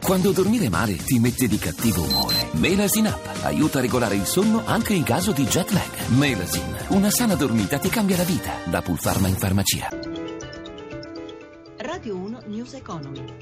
Quando dormire male ti mette di cattivo umore, Melasin Up aiuta a regolare il sonno anche in caso di jet lag. Melasin, una sana dormita ti cambia la vita. Da Pulpharma in farmacia. Radio 1 News Economy.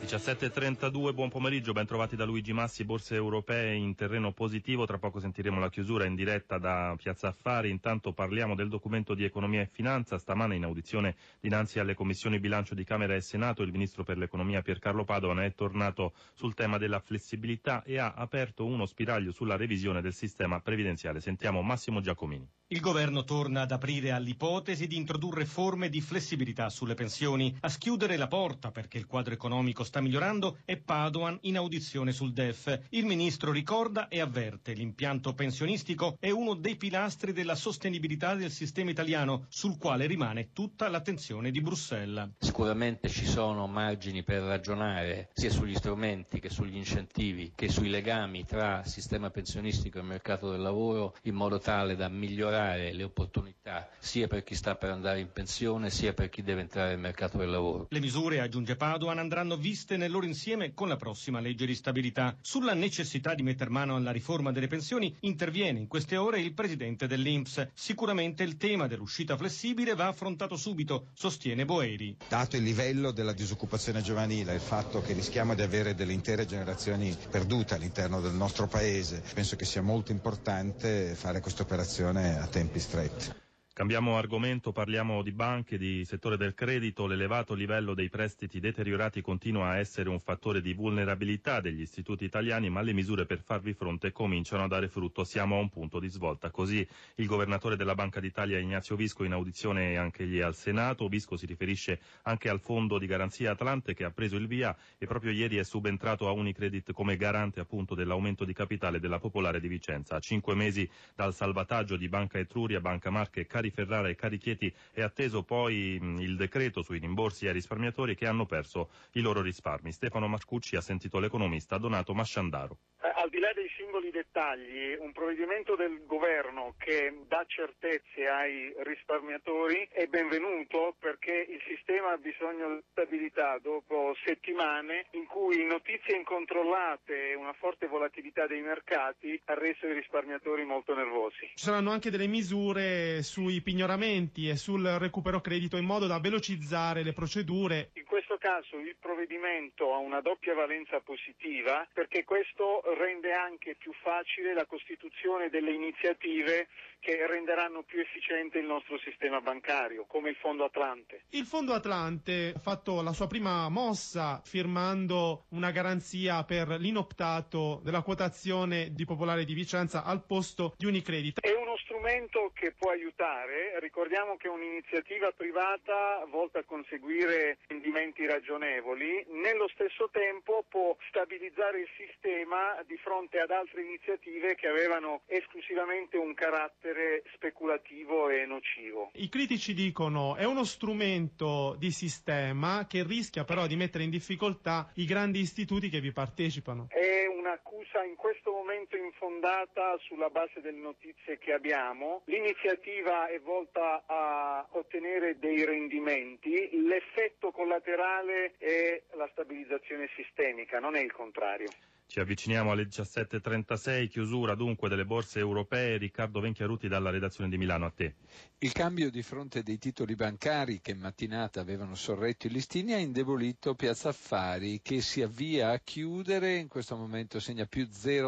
17.32, buon pomeriggio, ben trovati da Luigi Massi, borse europee in terreno positivo, tra poco sentiremo la chiusura in diretta da Piazza Affari, intanto parliamo del documento di economia e finanza, stamane in audizione dinanzi alle commissioni bilancio di Camera e Senato il ministro per l'economia Piercarlo Padoan è tornato sul tema della flessibilità e ha aperto uno spiraglio sulla revisione del sistema previdenziale. Sentiamo Massimo Giacomini. Il governo torna ad aprire all'ipotesi di introdurre forme di flessibilità sulle pensioni, a schiudere la porta perché il quadro economico sta migliorando è Padoan in audizione sul DEF. Il ministro ricorda e avverte l'impianto pensionistico è uno dei pilastri della sostenibilità del sistema italiano, sul quale rimane tutta l'attenzione di Bruxelles. Sicuramente ci sono margini per ragionare sia sugli strumenti che sugli incentivi che sui legami tra sistema pensionistico e mercato del lavoro in modo tale da migliorare le opportunità sia per chi sta per andare in pensione sia per chi deve entrare nel mercato del lavoro. Le misure, aggiunge Padoan, andranno viste nel loro insieme con la prossima legge di stabilità. Sulla necessità di metter mano alla riforma delle pensioni interviene in queste ore il presidente dell'INPS. Sicuramente il tema dell'uscita flessibile va affrontato subito, sostiene Boeri. Dato il livello della disoccupazione giovanile, il fatto che rischiamo di avere delle intere generazioni perdute all'interno del nostro paese, penso che sia molto importante fare questa operazione a tempi stretti. Cambiamo argomento, parliamo di banche, di settore del credito. L'elevato livello dei prestiti deteriorati continua a essere un fattore di vulnerabilità degli istituti italiani, ma le misure per farvi fronte cominciano a dare frutto. Siamo a un punto di svolta. Così il governatore della Banca d'Italia Ignazio Visco in audizione anche lì al Senato. Visco si riferisce anche al fondo di garanzia Atlante che ha preso il via e proprio ieri è subentrato a Unicredit come garante appunto dell'aumento di capitale della Popolare di Vicenza. A 5 mesi dal salvataggio di Banca Etruria, Banca Marche e Ferrara e Carichieti è atteso poi il decreto sui rimborsi ai risparmiatori che hanno perso i loro risparmi. Stefano Mascucci ha sentito l'economista Donato Masciandaro. Al di là dei singoli dettagli, un provvedimento del governo che dà certezze ai risparmiatori è benvenuto perché il sistema ha bisogno di stabilità dopo settimane in cui notizie incontrollate e una forte volatilità dei mercati ha reso i risparmiatori molto nervosi. Ci saranno anche delle misure sui pignoramenti e sul recupero credito in modo da velocizzare le procedure. In questo caso il provvedimento ha una doppia valenza positiva perché questo rende anche più facile la costituzione delle iniziative che renderanno più efficiente il nostro sistema bancario, come il Fondo Atlante. Il Fondo Atlante ha fatto la sua prima mossa firmando una garanzia per l'inoptato della quotazione di Popolare di Vicenza al posto di Unicredit. È uno strumento che può aiutare, ricordiamo che è un'iniziativa privata volta a conseguire rendimenti ragionevoli, nello stesso tempo può stabilizzare il sistema di fronte ad altre iniziative che avevano esclusivamente un carattere speculativo e nocivo. I critici dicono è uno strumento di sistema che rischia però di mettere in difficoltà i grandi istituti che vi partecipano. È un'accusa in questo momento infondata sulla base delle notizie che abbiamo. L'iniziativa è volta a ottenere dei rendimenti, l'effetto collaterale è la stabilizzazione sistemica, non è il contrario. Ci avviciniamo alle 17.36, chiusura dunque delle borse europee. Riccardo Venchiaruti dalla redazione di Milano, a te. Il cambio di fronte dei titoli bancari che in mattinata avevano sorretto i listini ha indebolito Piazza Affari che si avvia a chiudere, in questo momento segna più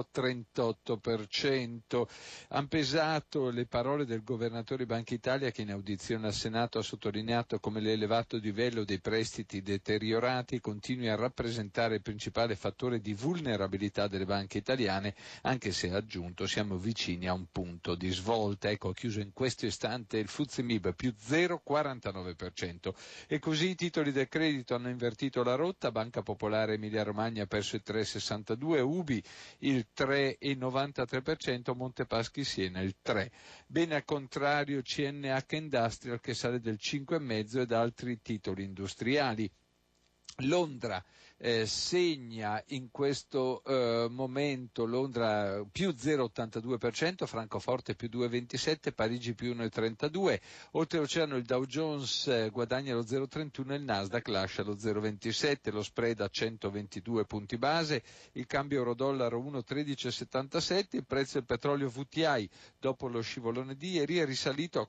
0,38%. Han pesato le parole del governatore Banca Italia che in audizione al Senato ha sottolineato come l'elevato livello dei prestiti deteriorati continui a rappresentare il principale fattore di vulnerabilità delle banche italiane, anche se ha aggiunto siamo vicini a un punto di svolta. Ecco, ha chiuso in questo istante il FTSE MIB più 0,49%. E così i titoli del credito hanno invertito la rotta. Banca Popolare Emilia Romagna ha perso il 3,62%, UBI il 3,93%, Montepaschi Siena il 3%. Bene al contrario CNH Industrial che sale del 5,5% ed altri titoli industriali. Londra segna in questo momento Londra più 0,82%, Francoforte più 2,27%, Parigi più 1,32%, oltreoceano il Dow Jones guadagna lo 0,31%, il Nasdaq lascia lo 0,27%, lo spread a 122 punti base, il cambio euro-dollaro 1,1377, il prezzo del petrolio WTI dopo lo scivolone di ieri è risalito a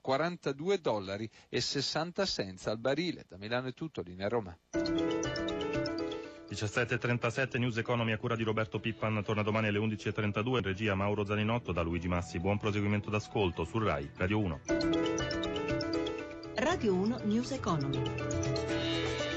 $42,60 al barile. Da Milano è tutto, linea Roma. 17.37 News Economy a cura di Roberto Pippan torna domani alle 11.32, in regia Mauro Zaninotto, da Luigi Massi. Buon proseguimento d'ascolto su Rai Radio 1. Radio 1 News Economy.